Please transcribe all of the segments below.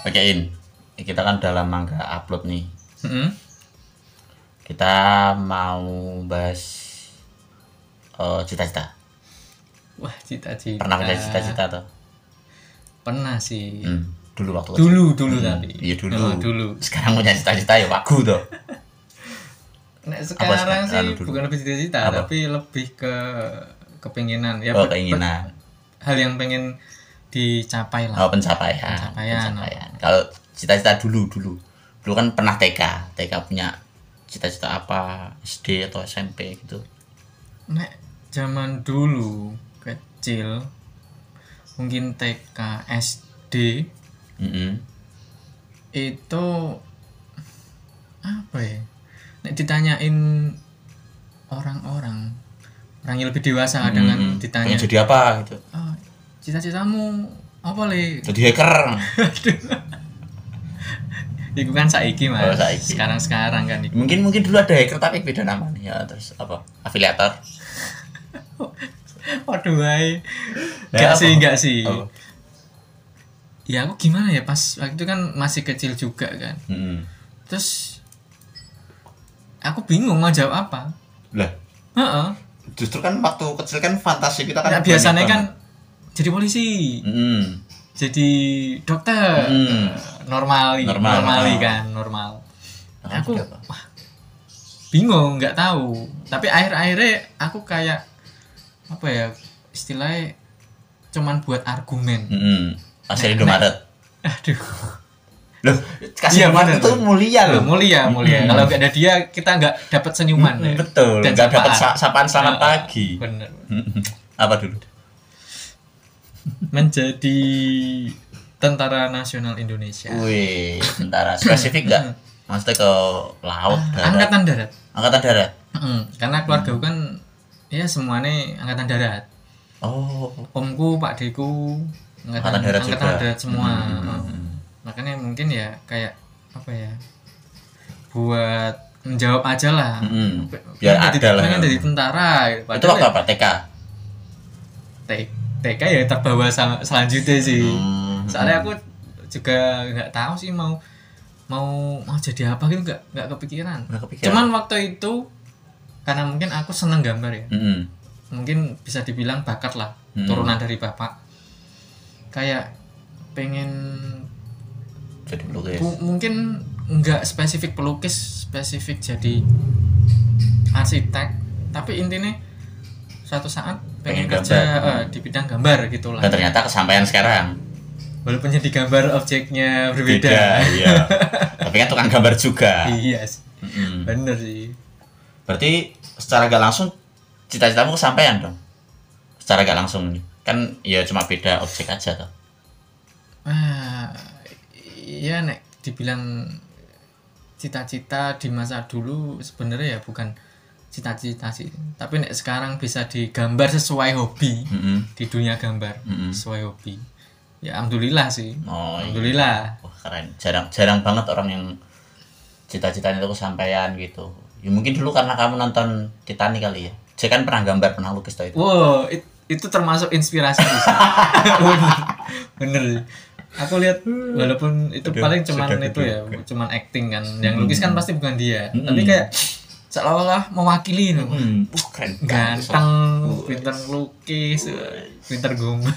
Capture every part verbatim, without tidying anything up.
Bacain. Kita kan udah lama nggak upload nih. Mm-hmm. Kita mau bahas uh, cita-cita. Wah, cita-cita. Pernah punya cita-cita tuh? Pernah sih. Hmm, dulu waktu kecil. Dulu, dulu hmm, tapi. Iya dulu. Oh, dulu. Sekarang punya cita-cita ya wagu tuh. Nek sekarang sekarang? sih Anu dulu. bukan lebih cita-cita, Apa? tapi lebih ke kepinginan ya. Oh, ber- keinginan. ber- hal yang pengen dicapai lah. Oh, pencapaian. Pencapaian. Pencapaian. Kalau cita-cita dulu dulu. Dulu kan pernah T K. T K punya cita-cita apa? S D atau S M P gitu. Nek zaman dulu kecil mungkin T K, S D Mm-mm. itu apa ya? Nek ditanyain orang-orang orang yang lebih dewasa Mm-mm. dengan ditanya, Pengen jadi apa gitu. "Oh, cita-citamu apa le?" Jadi hacker. Iku kan saiki mas. Oh, saiki. Sekarang-sekarang kan iku. Mungkin mungkin dulu ada hacker tapi beda namanya. Ya, terus apa? Afiliator. Waduh wae. Ya, Enggak apa? sih, enggak sih. Apa? Ya aku gimana ya pas waktu itu kan masih kecil juga kan. Mm-mm. Terus aku bingung mau jawab apa. Lah, Heeh. justru kan waktu kecil kan fantasi kita kan Nah, biasanya kan jadi polisi, Mm. jadi dokter, Mm. normali, Normal, normali ah. kan, normal. Nah, Aku jadi apa? wah, bingung, nggak tahu. Tapi akhir-akhirnya aku kayak apa ya istilahnya cuman buat argumen. Mm-mm. Kasih Nek- Indomaret. Aduh. Loh, kasih Iya, Indomaret bener, itu bener. mulia loh. Loh, mulia, mulia. Mm. Kalau nggak ada dia kita nggak dapat senyuman. Mm, ya. betul. Dan Nggak dapat sapaan. sa- sapaan selamat Ah, pagi. Bener. Mm-mm. Apa dulu? Menjadi tentara nasional Indonesia. Wih, tentara spesifik nggak? Maksudnya ke laut, darat? Angkatan darat. Angkatan darat. Mm, karena keluarga kan ya semuanya angkatan darat. Oh, Omku, Pak Deku, Angkatan darat angkatan juga. darat semua. Hmm. Makanya mungkin ya kayak apa ya? Buat menjawab aja lah. Mm-mm. Pe- Biar pengen ada jadi, lah. pengen jadi tentara. itu waktu apa? T K. T- TK ya terbawa sel- selanjutnya sih. Hmm. Soalnya aku juga nggak tahu sih mau mau mau jadi apa gitu, nggak nggak kepikiran. Nggak kepikiran. Cuman waktu itu karena mungkin aku seneng gambar ya. Mm-mm. Mungkin bisa dibilang bakat lah, Hmm. turunan dari bapak. Kayak pengen Jadi pelukis. bu- mungkin nggak spesifik pelukis, spesifik jadi arsitek, tapi intinya suatu saat pengen, Pengen kerja gambar. eh, di bidang gambar gitulah. Dan ternyata kesampaian sekarang. Walaupun jadi gambar objeknya berbeda. Beda, iya. Tapi kan tukang gambar juga. Iya sih, Mm-mm. bener sih. Berarti secara gak langsung cita-citamu kesampaian dong. Secara gak langsung nih. Kan ya cuma beda objek aja toh. Ah, iya nek dibilang cita-cita di masa dulu sebenarnya ya bukan cita-cita sih, tapi nek sekarang bisa digambar sesuai hobi Mm-mm. di dunia gambar, Mm-mm. sesuai hobi. Ya alhamdulillah sih. Oh, iya. Alhamdulillah. Wah, keren. Jarang jarang banget orang yang cita-citanya itu kesampaian gitu. Ya mungkin dulu karena kamu nonton Titanic kali ya. Saya kan pernah gambar, pernah lukis tau itu. Wow, it- itu termasuk inspirasi sih. bener, bener sih. Aku lihat walaupun itu Aduh, paling cuman sudah itu ya, gitu. cuman acting kan. Yang lukis kan pasti bukan dia, Mm-mm. tapi kayak seolah-olah mewakili loh. Hmm, uh, keren. banget. Ganteng, pinter lukis, pinter gambar.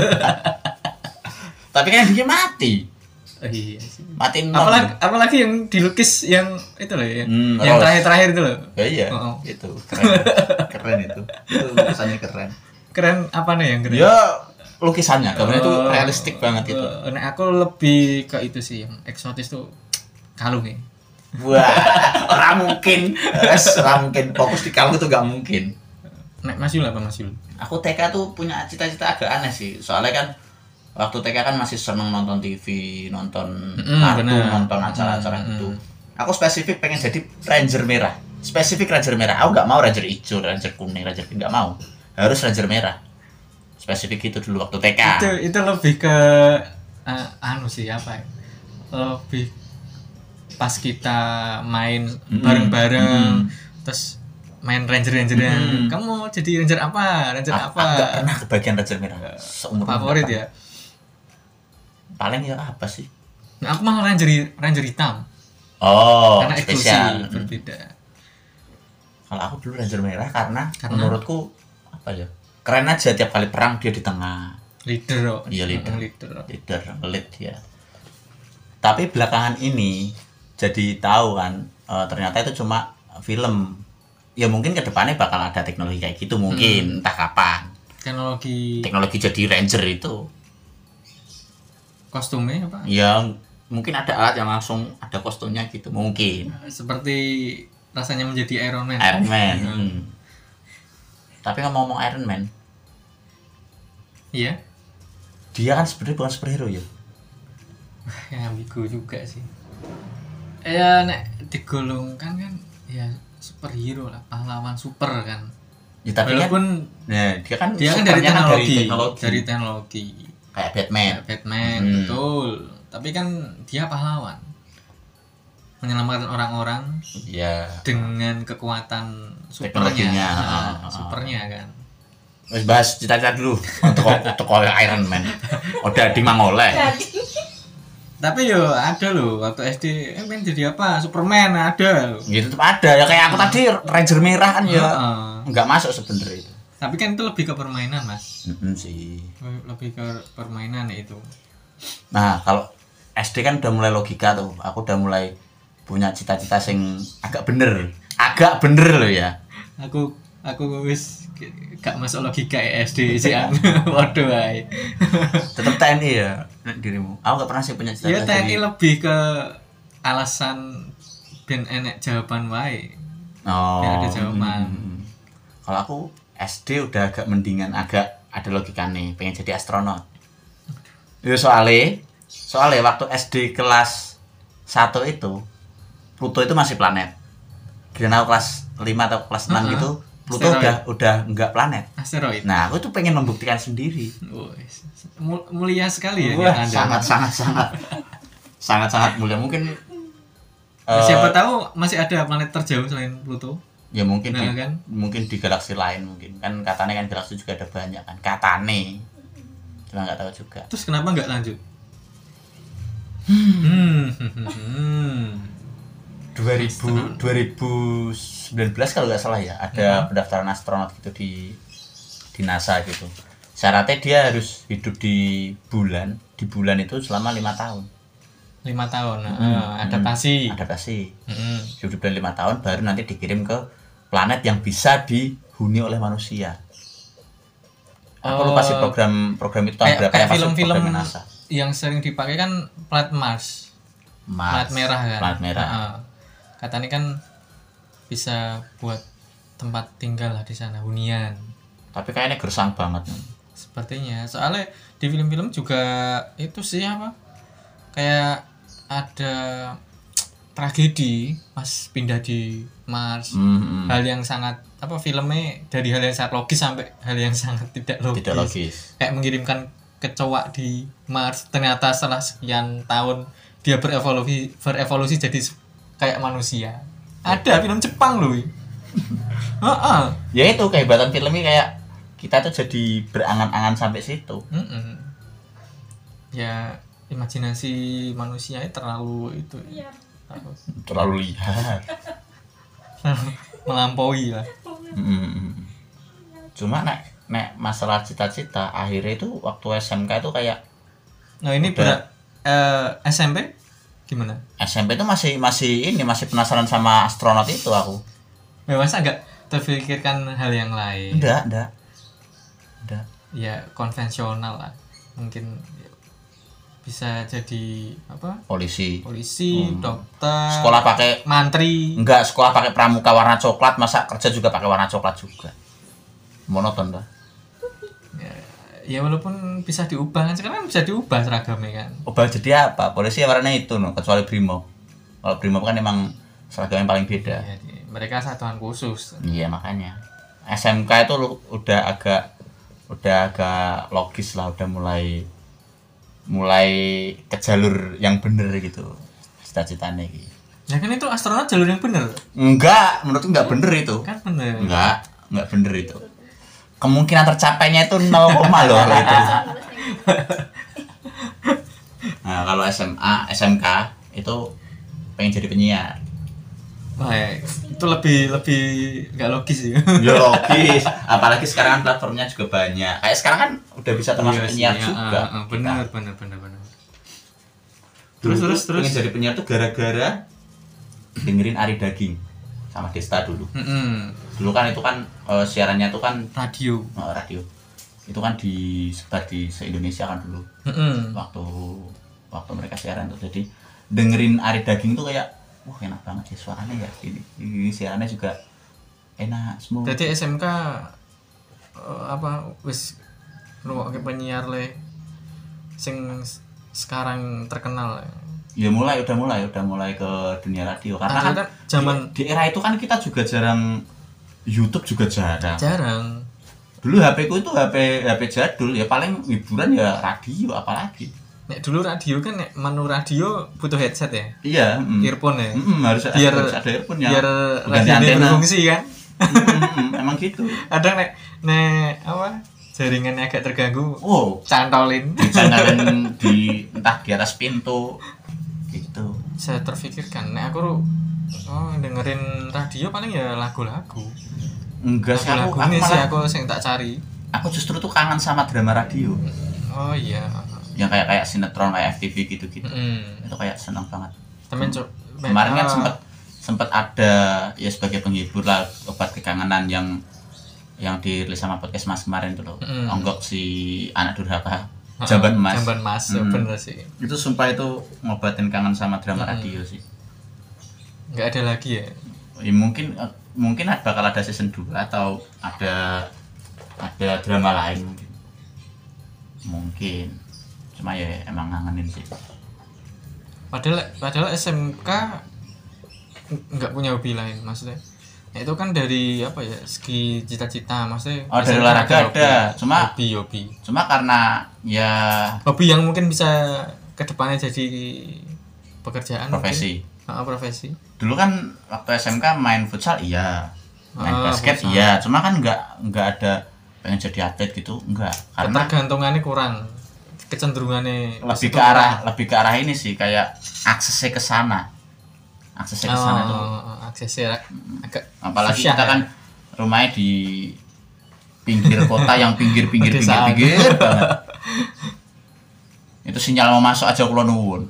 Tapi kan dia mati. Oh, iya sih. Mati nol. Apalagi apalagi yang dilukis yang itu loh ya. Hmm, yang Rose. terakhir-terakhir itu loh. Ya iya, Oh. itu keren. Keren itu. Itu lukisannya keren. Keren apa nih yang keren? Ya lukisannya, gambarnya itu Oh, realistik banget itu. eh, Nah, aku lebih ke itu sih yang eksotis tuh kalung ya. Wah, orang mungkin. Yes, orang mungkin fokus di kalung itu gak mungkin. Nek Mas Yul apa Mas Yul? Aku T K tuh punya cita-cita agak aneh sih. Soalnya kan waktu T K kan masih seneng nonton T V, nonton Mm-mm, kartun, bener. nonton acara-acara Mm-mm. gitu. Aku spesifik pengen jadi Ranger merah. Spesifik Ranger merah. Aku gak mau Ranger hijau, Ranger kuning, Ranger pink, gak mau. Harus Ranger merah. Spesifik itu dulu waktu T K. Itu itu lebih ke eh, anu sih apa ya? Lebih pas kita main Mm-mm. bareng-bareng, Mm-mm. terus main ranger-rangeran. Mm-mm. Kamu mau jadi ranger apa? Ranger A- apa? Aku gak pernah kebagian Ranger merah. Seumur Favorit hidup. ya? Paling ya apa sih? Nah, aku malah ranger ranger hitam. Oh, Karena eksklusi spesial. berbeda. Kalau aku dulu ranger merah karena, Karena? menurutku apa ya? Keren aja tiap kali perang dia di tengah. Leader. Oh. Iya, leader. Oh, leader. Leader, lead dia. Tapi belakangan ini jadi tahu kan, e, ternyata itu cuma film. Ya mungkin kedepannya bakal ada teknologi kayak gitu mungkin, entah kapan. Teknologi Teknologi jadi ranger itu. kostumnya apa? Ya mungkin ada alat yang langsung ada kostumnya gitu mungkin. Seperti rasanya menjadi Iron Man. Iron Man. Hmm. Tapi ngomong-ngomong Iron Man, Iya. dia kan sebenarnya bukan superhero ya. Ya ambigu juga sih. Ya nek digolongkan kan ya superhero lah, pahlawan super kan. Ya tapi kan, Walaupun nah, dia kan dia kan dari supernya kan teknologi, teknologi. dari teknologi. Kayak Batman. Kayak Batman, Hmm. betul. Tapi kan dia pahlawan. Menyelamatkan orang-orang Ya. dengan kekuatan Teknologinya, supernya. Nah, ah, ah. supernya kan. Wes bahas cita-cita dulu. Untuk untuk Iron Man. Udah di mangoleh. Tapi yo ada loh waktu S D, eh pengen jadi apa? Superman ada loh. Gitu tetap ada ya kayak aku tadi Ranger merah kan ya. Heeh. Nggak masuk sebenarnya itu. Tapi kan itu lebih ke permainan, Mas. Mm-mm sih. Lebih ke permainan ya itu. Nah, kalau S D kan udah mulai logika tuh. Aku udah mulai punya cita-cita sing agak bener. Agak bener loh ya. Aku aku wis gak masuk logika ya S D sih. Waduh ae. Tetap T N I ya nek dirimu. Aku gak pernah sih punya Ya cita-cita. T N I jadi- lebih ke alasan ben enek jawaban wae. Oh. Ya, ada jawaban. mm. Kalau aku S D udah agak mendingan, agak ada logikanya, pengen jadi astronot. Ya soalnya, soalnya waktu S D kelas satu itu Pluto itu masih planet. Kira aku kelas lima atau kelas enam Uh-uh. gitu, Pluto Asteroid. udah udah enggak planet. Asteroid. Nah, aku tuh pengen membuktikan sendiri. Wes, mul- mulia sekali ya Wah, Anda. sangat sangat sangat sangat sangat mulia mungkin. eh, Siapa tahu masih ada planet terjauh selain Pluto. ya mungkin Nah, di, kan? mungkin di galaksi lain mungkin kan katanya kan galaksi juga ada banyak kan katane cuma nggak tahu juga. Terus kenapa nggak lanjut? Hmm. hmm. dua ribu dua ribu sembilan belas kalau nggak salah ya ada pendaftaran astronot gitu di di NASA gitu. Syaratnya dia harus hidup di bulan di bulan itu selama lima tahun. Lima tahun. Hmm, eh, adaptasi. Adaptasi. Hmm. Hidup di bulan lima tahun baru nanti dikirim ke planet yang bisa dihuni oleh manusia. Aku Oh, lupa sih program program itu tahun Kayak, berapa kayak yang masuk film-film program NASA. yang sering dipakai kan plat Mars, Mars. plat merah kan. Plat merah. Heeh. Katanya kan bisa buat tempat tinggal lah di sana, hunian. Tapi kayaknya gersang banget. Sepertinya. Soalnya di film-film juga itu sih apa? Kayak ada tragedi pas pindah di Mars. Hmm, Hal yang sangat apa filmnya dari hal yang sangat logis sampai hal yang sangat tidak logis. tidak logis. Kayak mengirimkan kecoa di Mars, ternyata setelah sekian tahun dia berevolusi berevolusi jadi se- kayak manusia. Ada film Jepang loh. Heeh. Ya itu kehebatan filmnya kayak kita tuh jadi berangan-angan sampai situ. Mm-mm. Ya imajinasi manusia terlalu itu terlalu Terlalu lihat. melampaui lah. Mm. Cuma nek nek masalah cita-cita akhirnya itu waktu S M K itu kayak Nah ini Udah. berat eh, S M P gimana? S M P itu masih masih ini masih penasaran sama astronot itu aku. Ya, masa nggak terpikirkan hal yang lain? Enggak, enggak. Enggak. Ya konvensional lah, mungkin ya, bisa jadi apa? Polisi. Polisi, dokter, Sekolah pakai mantri. enggak sekolah pakai pramuka warna coklat, masa kerja juga pakai warna coklat juga. Monoton lah. Ya, ya walaupun bisa diubah kan sekarang bisa diubah seragamnya kan. Ubah jadi apa? Polisi ya warnanya itu no, kecuali Brimob. Kalau Brimob kan emang seragam yang paling beda. Ya, di- mereka satuan khusus. Iya makanya S M K itu lu- udah agak udah agak logis lah, udah mulai mulai ke jalur yang bener gitu cita-citanya gitu. Ya kan itu astronot jalur yang bener Enggak, menurutku enggak bener itu. kan bener. Enggak, enggak bener itu. Kemungkinan tercapainya itu nol koma loh itu. Nah, kalau S M A, S M K itu pengen jadi penyiar. Wah, itu lebih lebih nggak logis ya. Ya logis, apalagi sekarang kan platformnya juga banyak. Kayak sekarang kan udah bisa termasuk Iya sih, penyiar ya, juga. uh, uh, benar, benar, benar, benar. Terus Terus, terus terus, pengen terus. jadi penyiar tuh gara-gara dengerin Ari Daging sama Desta dulu. Mm-mm. Dulu kan itu kan eh, siarannya tuh kan Radio. eh, radio. Itu kan disebar di se-Indonesia kan dulu. Mm-mm. Waktu waktu mereka siaran tuh. Jadi dengerin Ari Daging tuh kayak wah enak banget ya suaranya ya ini, ini siarannya juga enak semua. Jadi S M K uh, apa wis ngrungokke penyiar le sing s- sekarang terkenal. Ya mulai udah mulai udah mulai ke dunia radio karena Radio kan kan zaman- di, di era itu kan kita juga jarang YouTube juga jarang. Jarang. Dulu H P ku itu H P H P jadul ya paling hiburan ya radio apalagi. Nek dulu radio kan nek menu radio butuh headset ya. Iya, mm. Earphone ya. Mm-mm, harus ada, Biar harus ada earphone ya. biar ganti radionya antena. berfungsi kan. Mm-mm, emang gitu. Kadang nek nek apa jaringannya agak terganggu, Oh, cantolin. dicandalin di entah di atas pintu gitu. Saya terfikirkan nek aku oh dengerin radio paling ya lagu-lagu. Enggak sih aku, Lagu aku ini sih malah aku sing tak cari. aku justru tuh kangen sama drama radio. Oh iya. Yang kayak kayak sinetron kayak F T V gitu-gitu. Mm. Itu kayak seneng banget. Temen cok. Kemarin kan ah, sempat sempat ada ya sebagai penghibur lah obat kekangenan yang yang dirilis sama podcast Mas kemarin tuh loh. Mm. Onggok si anak durhaka ah, Jamban Mas. Jamban Mas, ya Mm. bener sih. Itu sumpah itu ngobatin kangen sama drama radio sih. Nggak ada lagi ya. Ya, mungkin mungkin ada- bakal ada season dua atau ada ada drama lain mungkin. Mungkin. Cuma ya emang ngangenin sih. Padahal padahal S M K nggak punya hobi lain maksudnya. Nah, itu kan dari apa ya segi cita-cita maksudnya. Oh, dari S M K olahraga hobi. ada. Cuma- hobi hobi. Cuma karena ya Hobi yang mungkin bisa kedepannya jadi pekerjaan. profesi. Mungkin. Ah, profesi. Dulu kan waktu S M K main futsal iya. Main Ah, basket futsal. iya. Cuma kan nggak nggak ada pengen jadi atlet gitu. Enggak. Karena Ketergantungannya kurang. Kecenderungannya lebih ke arah lebih ke arah ini sih kayak aksesnya ke sana. Aksesnya ke sana tuh. Oh, aksesnya agak Apalagi susah kita ya. kan rumahnya di pinggir kota yang pinggir-pinggir Pedesaan. pinggir-pinggir banget. Itu sinyal mau masuk aja kula nuwun.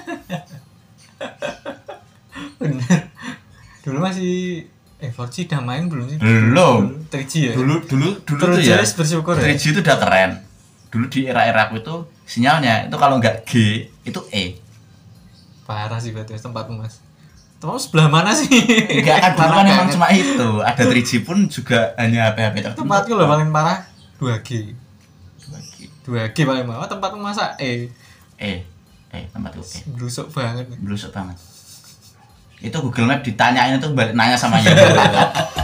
Bener. Dulu masih eh four G udah main belum sih? Belum. tiga G ya? Dulu dulu dulu tuh Terus ya. jelas bersyukur ya. tiga G itu udah keren. Dulu di era-era aku itu sinyalnya itu kalau nggak G itu E. Parah sih berarti tempatmu Mas. Tempatmu sebelah mana sih? Enggak kan dulu Parah kan emang banget. cuma itu. Ada tiga G pun juga hanya H P H P tertentu. Tempatku loh paling parah dua G. dua G. dua G paling parah. Tempatmu masa E. E. Eh tempat itu E. Blusuk banget. Blusuk banget. Itu Google Map ditanyain itu balik nanya sama Yahoo.